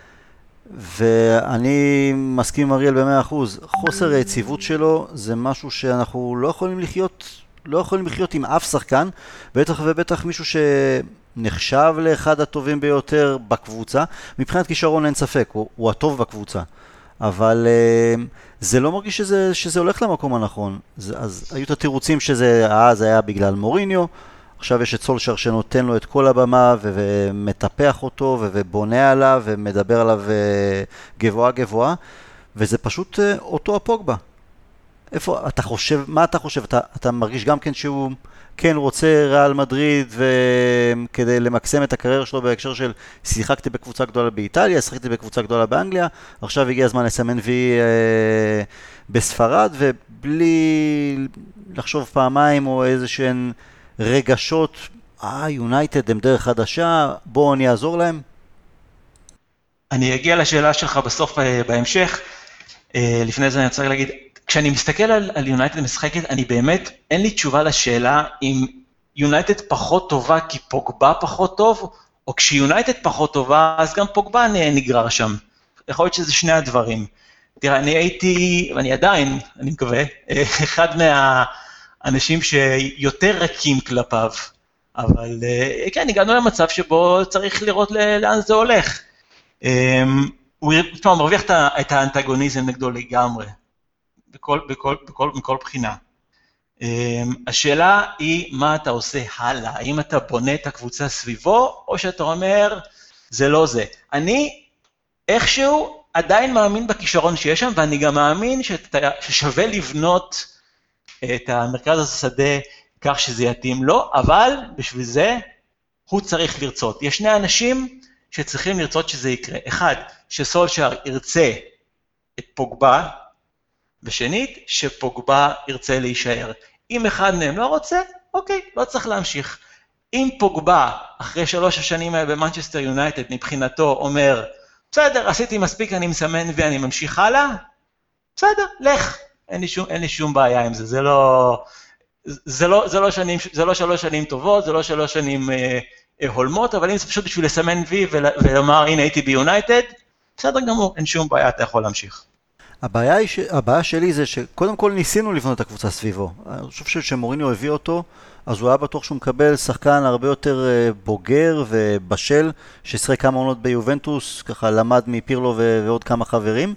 ואני מסכים עם אריאל ב-מאה אחוז. חוסר היציבות שלו זה משהו שאנחנו לא יכולים לחיות, לא יכולים לחיות עם אף שחקן, בטח ובטח מישהו שנחשב לאחד הטובים ביותר בקבוצה. מבחינת כישרון אין ספק, הוא, הוא הטוב בקבוצה. אבל uh, זה לא מרגיש שזה, שזה הולך למקום הנכון. זה, אז היו את התירוצים שזה אז היה בגלל מוריניו, עכשיו יש את סולשר שנותן לו את כל הבמה ו- ומטפח אותו ו- ובונה עליו ומדבר עליו uh, גבוהה גבוהה, וזה פשוט uh, אותו הפוגבה. איפה אתה חושב, מה אתה חושב? אתה, אתה מרגיש גם כן שהוא כן רוצה ריאל מדריד וכדי למקסם את הקריירה שלו בהקשר של שיחקתי בקבוצה גדולה באיטליה, שיחקתי בקבוצה גדולה באנגליה, עכשיו הגיע הזמן לסמן וי אה, בספרד, ובלי לחשוב פעמיים או איזה שהן רגשות, אה, יונייטד הם דרך חדשה, בואו אני אעזור להם. אני אגיע לשאלה שלך בסוף בהמשך, לפני זה אני רוצה להגיד, כשאני מסתכל על, על יונייטד משחקת, אני באמת, אין לי תשובה לשאלה אם יונייטד פחות טובה כי פוגבה פחות טוב, או כשיונייטד פחות טובה, אז גם פוגבה נגרר שם. יכול להיות שזה שני הדברים. תראה, אני הייתי, ואני עדיין, אני מקווה, אחד מהאנשים שיותר רכים כלפיו, אבל כן, הגענו למצב שבו צריך לראות לאן זה הולך. הוא מרוויח את האנטגוניזם נגדו לגמרי. בכל, בכל, בכל, מכל בחינה. השאלה היא, מה אתה עושה הלאה? האם אתה בונה את הקבוצה סביבו, או שאתה אומר, זה לא זה. אני איכשהו עדיין מאמין בכישרון שיש שם, ואני גם מאמין שאתה, ששווה לבנות את המרכז השדה כך שזה יתאים לו, אבל בשביל זה הוא צריך לרצות. יש שני אנשים שצריכים לרצות שזה יקרה. אחד, שסולשר ירצה את פוגבה, ושנית, שפוגבה ירצה להישאר. אם אחד מהם לא רוצה, אוקיי, לא צריך להמשיך. אם פוגבה, אחרי שלוש השנים האלה במנצ'סטר יונייטד, מבחינתו אומר, בסדר, עשיתי מספיק, אני מסמן ואני ממשיך הלאה, בסדר, לך. אין לי שום, אין לי שום בעיה עם זה, זה לא, זה לא, זה לא שנים, זה לא שלוש שנים טובות, זה לא שלוש שנים אה, אה, הולמות, אבל אם זה פשוט בשביל לסמן וי ולומר, הנה הייתי ביונייטד, בסדר גמור, אין שום בעיה, אתה יכול להמשיך. הבעיה, ש... הבעיה שלי זה שקודם כל ניסינו לבנות את הקבוצה סביבו. אני חושב שמוריניו הביא אותו, אז הוא היה בטוח שהוא מקבל שחקן הרבה יותר בוגר ובשל, ששחק כמה עונות ביובנטוס, ככה למד מפירלו ו... ועוד כמה חברים,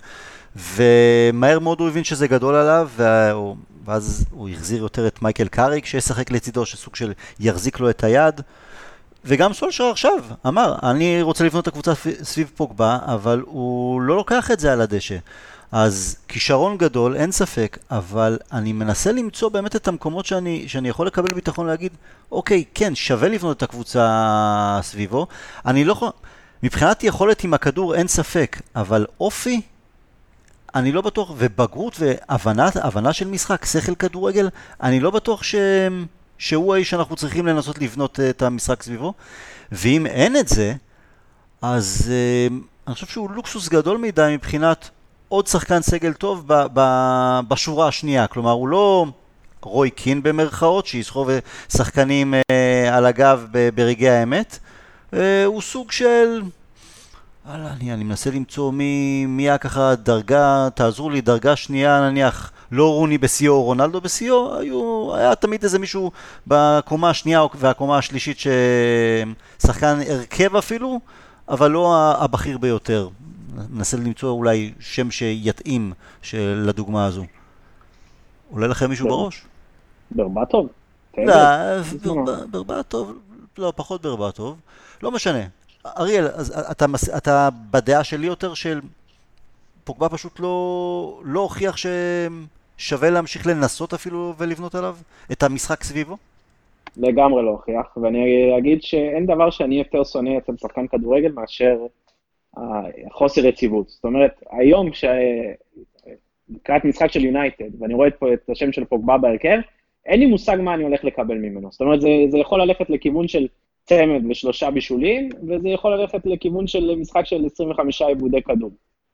ומהר מאוד הוא הבין שזה גדול עליו, והוא... ואז הוא החזיר יותר את מייקל קאריק, שישחק לצידו, שסוג של יחזיק לו את היד, וגם סולשר עכשיו אמר, אני רוצה לבנות את הקבוצה סביב פוגבה, אבל הוא לא לוקח את זה על הדשא. אז כישרון גדול, אין ספק, אבל אני מנסה למצוא באמת את המקומות שאני, שאני יכול לקבל ביטחון להגיד, אוקיי, כן, שווה לבנות את הקבוצה סביבו. אני לא, מבחינת יכולת עם הכדור אין ספק, אבל אופי, אני לא בטוח, ובגרות והבנה, הבנה של משחק, שכל כדורגל, אני לא בטוח ש, שהוא האיש שאנחנו צריכים לנסות לבנות את המשחק סביבו. ואם אין את זה, אז אני חושב שהוא לוקסוס גדול מדי מבחינת עוד שחקן סגל טוב ב- ב- בשורה השנייה, כלומר הוא לא רוי קין במרכאות שיסחוב שחקנים אה, על הגב ב- ברגעי האמת, אה, הוא סוג של, אלה, אני, אני מנסה למצוא מי, מי היה ככה דרגה, תעזרו לי, דרגה שנייה נניח, לא רוני בסיו או רונלדו בסיו, היו, היה תמיד איזה מישהו בקומה השנייה והקומה השלישית ששחקן הרכב אפילו, אבל לא הבכיר ביותר. מנסה למצוא אולי שם שיתאים לדוגמה הזו. עולה לכם מישהו בראש? ברבטוב? לא, ברבטוב, לא, פחות ברבטוב. לא משנה. אריאל, אתה בדעה שלי יותר של פוגבה פשוט לא הוכיח ששווה להמשיך לנסות אפילו ולבנות עליו את המשחק סביבו? לגמרי לא הוכיח, ואני אגיד שאין דבר שאני יותר שונא אצל שחקן כדורגל מאשר החוסר יציבות. זאת אומרת, היום לקראת משחק של יונייטד, ואני רואה פה את השם של פוגבה בהרכב, אין לי מושג מה אני הולך לקבל ממנו. זאת אומרת, זה, זה יכול ללכת לכיוון של צמד ושלושה בישולים, וזה יכול ללכת לכיוון של משחק של עשרים וחמישה עיבודי כדור.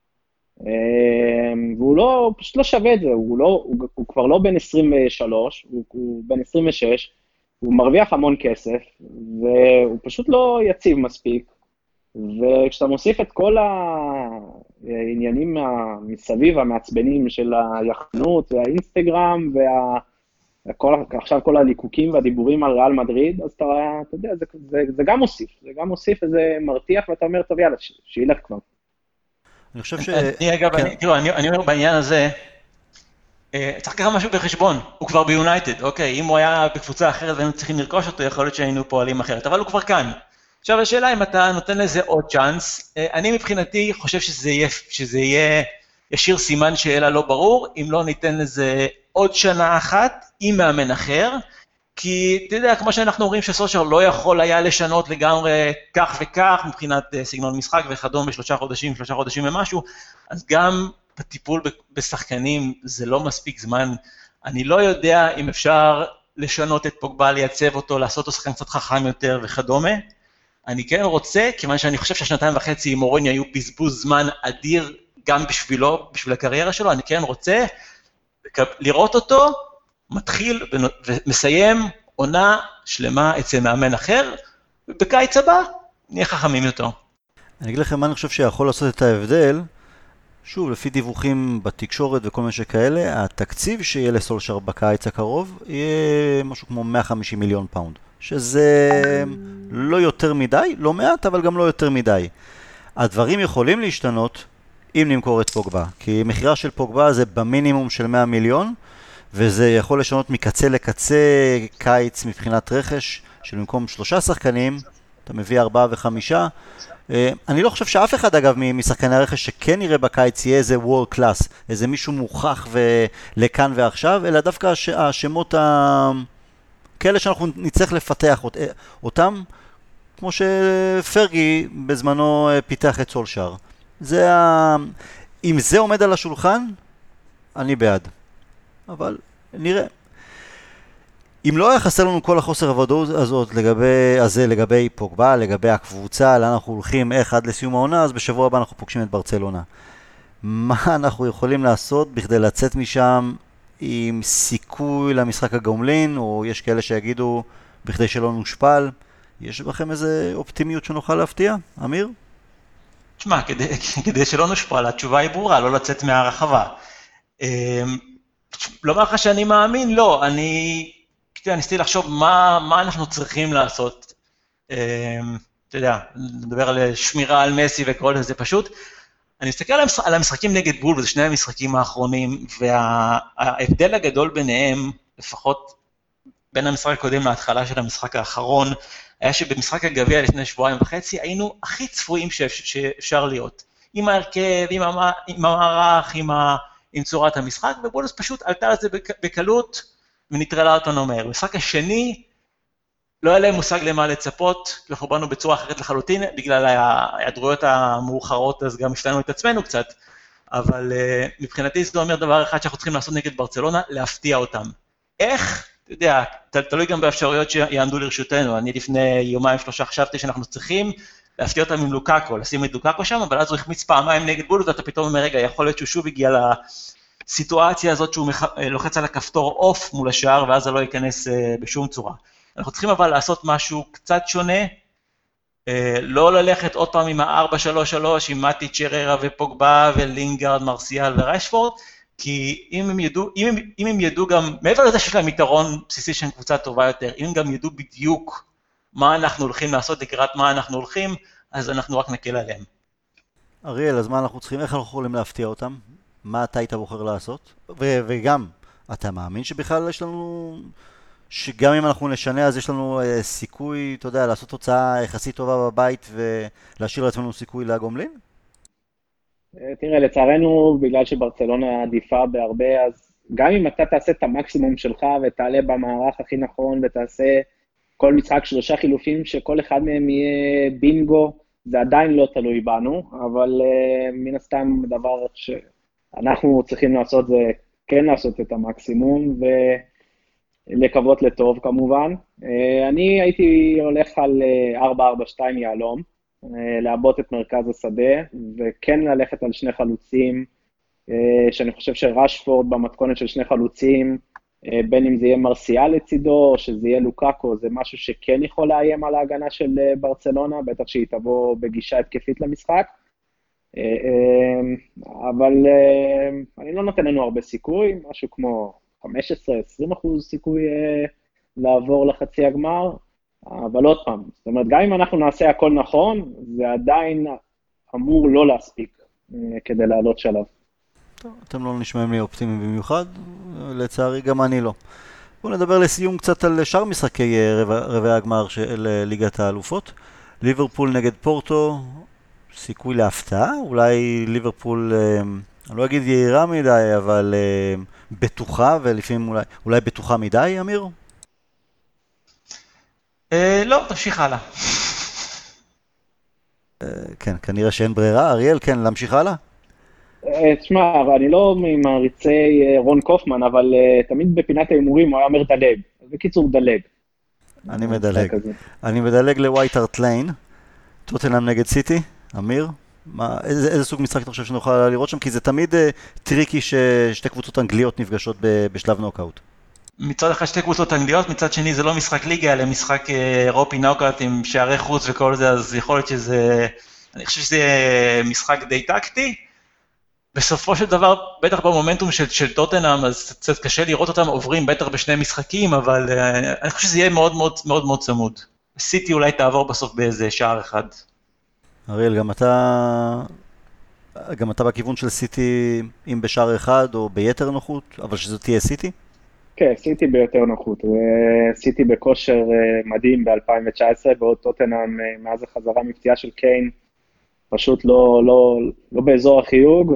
והוא לא, פשוט לא שווה את זה, הוא, לא, הוא, הוא כבר לא בן עשרים ושלוש, הוא, הוא בן עשרים ושש, הוא מרוויח המון כסף, והוא פשוט לא יציב מספיק, וכשאתה מוסיף את כל העניינים מסביב המעצבנים של היחנות והאינסטגרם, ועכשיו כל הליקוקים והדיבורים על ריאל מדריד, אז אתה, אתה יודע, זה, זה, זה גם מוסיף, זה גם מוסיף איזה מרתיח, ואתה אומר, טוב יאללה, שילך כבר. אני חושב ש... אני אגב, אני אומר בעניין הזה, צריך לקחת משהו בחשבון, הוא כבר ביונייטד, אוקיי, אם הוא היה בקבוצה אחרת והיינו צריכים לרכוש אותו, יכול להיות שהיינו פועלים אחרת, אבל הוא כבר כאן. עכשיו השאלה אם אתה נותן לזה עוד צ'אנס, אני מבחינתי חושב שזה יהיה, שזה יהיה ישיר סימן שאלה לא ברור, אם לא ניתן לזה עוד שנה אחת עם מאמן אחר, כי אתה יודע, כמו שאנחנו אומרים שסושר לא יכול היה לשנות לגמרי כך וכך, מבחינת סגנון משחק וכדום בשלושה חודשים, שלושה חודשים ומשהו, אז גם בטיפול בשחקנים זה לא מספיק זמן, אני לא יודע אם אפשר לשנות את פוגבה, לייצב אותו, לעשות אותו שחקן קצת חכם יותר וכדומה, אני כן רוצה, כיוון שאני חושב שהשנתיים וחצי עם מוריניו היו בזבוז זמן אדיר גם בשבילו, בשביל הקריירה שלו, אני כן רוצה לראות אותו, מתחיל ומסיים עונה שלמה אצל מאמן אחר, ובקיץ הבא נהיה חכמים יותר. אני אגיד לכם מה אני חושב שיכול לעשות את ההבדל, שוב, לפי דיווחים בתקשורת וכל מה שכאלה, התקציב שיהיה לסולשר בקיץ הקרוב, יהיה משהו כמו מאה וחמישים מיליון פאונד, שזה לא יותר מדי, לא מעט, אבל גם לא יותר מדי. הדברים יכולים להשתנות אם נמכור את פוגבה, כי מחירה של פוגבה זה במינימום של מאה מיליון, וזה יכול לשנות מקצה לקצה קיץ מבחינת רכש, שבמקום שלושה שחקנים, אתה מביא ארבעה וחמישה. אני לא חושב שאף אחד אגב משחקני הרכש שכן יראה בקיץ יהיה איזה וורלד קלאס, איזה מישהו מוכח ולכאן ועכשיו, אלא דווקא השמות כאלה שאנחנו נצטרך לפתח אותם, כמו שפרגי בזמנו פיתח את סולשר. זה ה... אם זה עומד על השולחן, אני בעד. אבל נראה. אם לא היה חסר לנו כל החוסר הוודאות הזאת לגבי, הזה, לגבי פוגבה, לגבי הקבוצה, לאן אנחנו הולכים, איך עד לסיום העונה, אז בשבוע הבא אנחנו פוגשים את ברצלונה. מה אנחנו יכולים לעשות בכדי לצאת משם עם סיכוי למשחק הגומלין, או יש כאלה שיגידו בכדי שלא נושפל? יש בכם איזה אופטימיות שנוכל להפתיע, אמיר? תשמע, כדי, כדי שלא נושפל, התשובה היא ברורה, לא לצאת מהרחבה. לא אומר לך שאני מאמין, לא, אני... אני ניסיתי לחשוב מה, מה אנחנו צריכים לעשות, אתה יודע, נדבר על שמירה על מסי וכל זה פשוט, אני מסתכל על המשחקים נגד בול, וזה שני המשחקים האחרונים, וההבדל הגדול ביניהם, לפחות בין המשחק הקודם להתחלה של המשחק האחרון, היה שבמשחק הגביע לפני שבועיים וחצי, היינו הכי צפויים שאפשר להיות, עם ההרכב, עם המערך, עם, ה, עם צורת המשחק, ובולס פשוט עלתה על זה בקלות, ונטרלה אותנו אומר. במשחק השני, לא היה להם מושג למה לצפות, אנחנו באנו בצורה אחרת לחלוטין, בגלל ההיעדרויות המאוחרות, אז גם השתנו את עצמנו קצת, אבל uh, מבחינתי זה אומר דבר אחד שאנחנו צריכים לעשות נגד ברצלונה, להפתיע אותם. איך? אתה יודע, תלוי גם באפשרויות שיעמדו לרשותנו, אני לפני יומיים שלושה חשבתי שאנחנו צריכים להפתיע אותם עם לוקאקו, לשים את לוקאקו שם, אבל אז הוא החמיץ פעמיים נגד בול, ואתה פתאום אומר, רגע, יכול להיות שהוא שוב הגיע ל... סיטואציה הזאת שהוא לוחץ על הכפתור אוף מול השער, ואז זה לא ייכנס בשום צורה. אנחנו צריכים אבל לעשות משהו קצת שונה, לא ללכת עוד פעם עם ה-ארבע שלוש שלוש, עם מטי צ'ררה ופוגבה ולינגרד, מרסיאל ורשפורד, כי אם הם ידעו, אם הם, אם הם ידעו גם, מעבר לזה שיש להם יתרון בסיסי שהם קבוצה טובה יותר, אם הם גם ידעו בדיוק מה אנחנו הולכים לעשות, לקראת מה אנחנו הולכים, אז אנחנו רק נקל עליהם. אריאל, אז מה אנחנו צריכים, איך אנחנו יכולים להפתיע אותם? מה אתה היית בוחר לעשות? ו- וגם, אתה מאמין שבכלל יש לנו, שגם אם אנחנו נשנה אז יש לנו אה, סיכוי, אתה יודע, לעשות תוצאה יחסית טובה בבית ולהשאיר לעצמנו סיכוי לגומלין? תראה, לצערנו, בגלל שברצלונה עדיפה בהרבה, אז גם אם אתה תעשה את המקסימום שלך ותעלה במערך הכי נכון ותעשה כל משחק שלושה חילופים שכל אחד מהם יהיה בינגו, זה עדיין לא תלוי בנו, אבל uh, מן הסתם דבר שאנחנו צריכים לעשות זה כן לעשות את המקסימום ולקוות לטוב כמובן. Uh, אני הייתי הולך על ארבע ארבע שתיים יעלום, uh, לעבות את מרכז השדה וכן ללכת על שני חלוצים, uh, שאני חושב שרשפורד במתכונת של שני חלוצים, בין אם זה יהיה מרסיאל לצידו, או שזה יהיה לוקאקו, זה משהו שכן יכול לאיים על ההגנה של ברצלונה, בטח שהיא תבוא בגישה התקפית למשחק. אבל אני לא נותן לנו הרבה סיכוי, משהו כמו חמש עשרה עד עשרים אחוז סיכוי לעבור לחצי הגמר, אבל עוד פעם, זאת אומרת, גם אם אנחנו נעשה הכל נכון, זה עדיין אמור לא להספיק כדי לעלות שלב. אתם לא נשמעים לי אופטימיים במיוחד, לצערי גם אני לא. בואו נדבר לסיום קצת על שאר משחקי רבעי הגמר של ליגת האלופות. ליברפול נגד פורטו, סיכוי להפתעה, אולי ליברפול, אני לא אגיד יעירה מדי, אבל בטוחה, ולפעמים אולי, אולי בטוחה מדי, אמיר? לא, תמשיך הלאה. כן, כנראה שאין ברירה. אריאל, כן, להמשיך הלאה? תשמע, אני לא ממעריצי רון קופמן, אבל תמיד בפינת האימורים הוא היה אומר דלג. בקיצור, דלג. אני מדלג. אני מדלג לווייט הארט ליין. טוטנהאם נגד סיטי. אמיר? מה, איזה, איזה סוג משחק אתה חושב שנוכל לראות שם? כי זה תמיד uh, טריקי ששתי קבוצות אנגליות נפגשות ב, בשלב נוקאוט. מצד אחד שתי קבוצות אנגליות, מצד שני זה לא משחק ליגה, אלא משחק אירופי נוקאוט עם שערי חוץ וכל זה, אז יכול להיות שזה, אני חושב שזה משחק די טקטי. בסופו של דבר, בטח במומנטום של, של טוטנהאם, אז קצת קשה לראות אותם עוברים בטח בשני משחקים, אבל uh, אני חושב שזה יהיה מאוד מאוד מאוד מאוד צמוד. סיטי אולי תעבור בסוף באיזה שער אחד. אריאל, גם אתה, גם אתה בכיוון של סיטי, אם בשער אחד או ביתר נוחות, אבל שזו תהיה סיטי? כן, סיטי ביותר נוחות. סיטי בכושר מדהים ב-אלפיים תשע עשרה, בעוד טוטנהאם מאז החזרה מפציעה של קיין, פשוט לא, לא, לא באזור החיוג,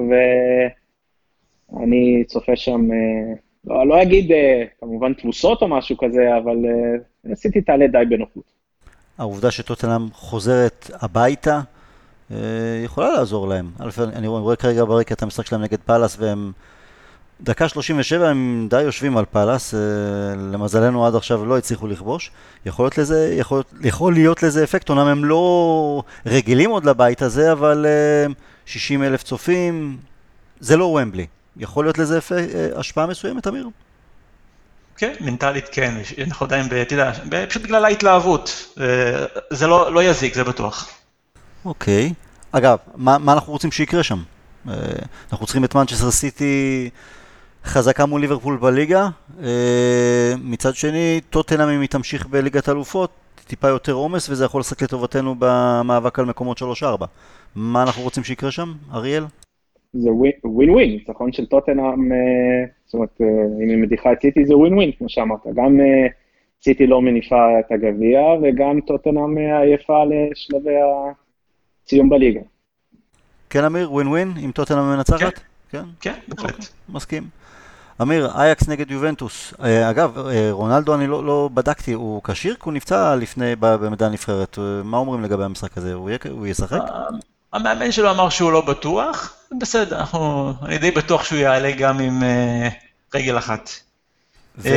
ואני צופה שם, לא, לא אגיד כמובן תבוסות או משהו כזה, אבל סיטי תעלה די בנוחות. העובדה שטוטנהאם חוזרת הביתה, יכולה לעזור להם. אני רואה כרגע ברקע את המשחק שלהם נגד פאלאס, והם דקה שלושים ושבע הם די יושבים על פאלאס, למזלנו עד עכשיו לא הצליחו לכבוש. יכול להיות לזה, יכול, יכול להיות לזה אפקט, אומנם הם לא רגילים עוד לבית הזה, אבל שישים אלף צופים, זה לא ומבלי. יכול להיות לזה אפקט, השפעה מסוימת, אמיר? כן, מנטלית כן, אנחנו עדיין, תדע, פשוט בגלל ההתלהבות, זה לא, לא יזיק, זה בטוח. אוקיי. אגב, מה, מה אנחנו רוצים שיקרה שם? אנחנו צריכים את מנצ'סטר סיטי חזקה מול ליברפול בליגה, מצד שני, טוטנהאם אם היא תמשיך בליגת האלופות, טיפה יותר עומס, וזה יכול לשחק לטובתנו במאבק על מקומות שלוש ארבע. מה אנחנו רוצים שיקרה שם, אריאל? זה ווין ווין, ניצחון של טוטנהאם, זאת אומרת, אם היא מדיחה את סיטי זה ווין ווין, כמו שאמרת, גם סיטי לא מניפה את הגביע, וגם טוטנהאם עייפה לשלבי הציון בליגה. כן, אמיר, ווין ווין, עם טוטנהאם מנצחת? כן, כן, בהחלט. מסכים. אמיר, אייקס נגד יובנטוס. אגב, רונלדו אני לא, לא בדקתי, הוא כשיר? כי הוא נפצע לפני, במדע הנבחרת. מה אומרים לגבי המשחק הזה? הוא, יהיה, הוא ישחק? המאמן שלו אמר שהוא לא בטוח. בסדר, אנחנו, אני די בטוח שהוא יעלה גם עם uh, רגל אחת. ו...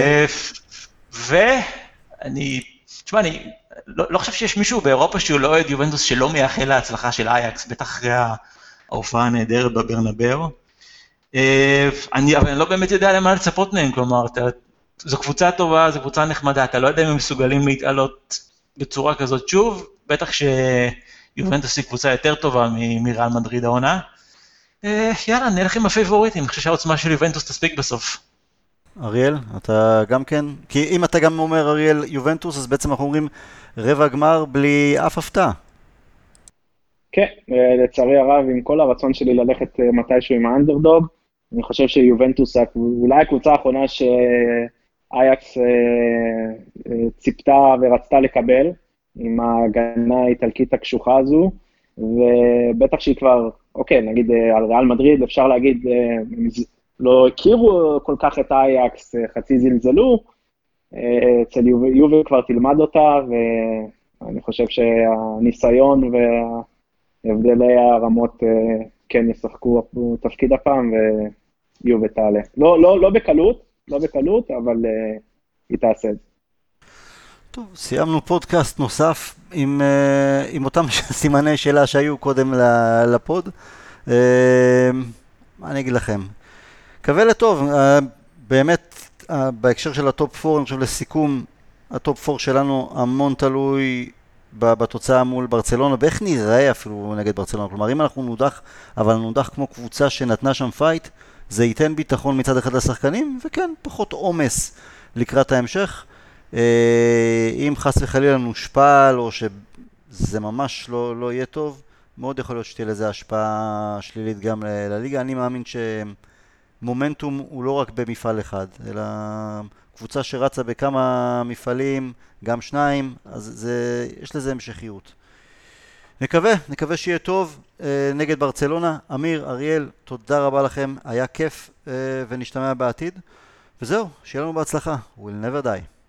ואני, תשמע, אני לא, לא חושב שיש מישהו באירופה שהוא לא אוהד יובנטוס שלא מייחל להצלחה של אייקס, בטח אחרי ההופעה הנהדרת בברנבאו. אני, אבל אני לא באמת יודע למה לצפות מהם, כלומר, אתה, זו קבוצה טובה, זו קבוצה נחמדה, אתה לא יודע אם הם מסוגלים להתעלות בצורה כזאת שוב, בטח שיובנטוס היא קבוצה יותר טובה מריאל מדריד העונה. יאללה, נלך עם הפייבוריטים, אני חושב שהעוצמה של יובנטוס תספיק בסוף. אריאל, אתה גם כן? כי אם אתה גם אומר אריאל יובנטוס, אז בעצם אנחנו אומרים רבע גמר בלי אף הפתעה. כן, לצערי הרב, עם כל הרצון שלי ללכת מתישהו עם האנדרדוג, אני חושב שיובנטוס אולי הקבוצה האחרונה שאייקס ציפתה ורצתה לקבל, עם ההגנה האיטלקית הקשוחה הזו, ובטח שהיא כבר, אוקיי, נגיד על ריאל מדריד, אפשר להגיד, לא הכירו כל כך את אייקס, חצי זלזלו, אצל יובל כבר תלמד אותה, ואני חושב שהניסיון והבדלי הרמות כן ישחקו תפקיד הפעם, ויובל תעלה. לא, לא, לא בקלות, לא בקלות, אבל היא תעשה את זה. טוב, סיימנו פודקאסט נוסף עם, עם אותם סימני שאלה שהיו קודם לפוד. מה אני אגיד לכם? קווה לטוב, באמת בהקשר של הטופ ארבע, אני חושב לסיכום, הטופ ארבע שלנו המון תלוי בתוצאה מול ברצלונה, ואיך נראה אפילו נגד ברצלונה. כלומר, אם אנחנו נודח, אבל נודח כמו קבוצה שנתנה שם פייט, זה ייתן ביטחון מצד אחד לשחקנים, וכן, פחות עומס לקראת ההמשך. אם חס וחלילה נושפל, או שזה ממש לא, לא יהיה טוב, מאוד יכול להיות שתהיה לזה השפעה שלילית גם לליגה. אני מאמין שמומנטום הוא לא רק במפעל אחד, אלא קבוצה שרצה בכמה מפעלים, גם שניים, אז זה, יש לזה המשכיות. נקווה, נקווה שיהיה טוב נגד ברצלונה. אמיר, אריאל, תודה רבה לכם, היה כיף ונשתמע בעתיד. וזהו, שיהיה לנו בהצלחה. We'll never die.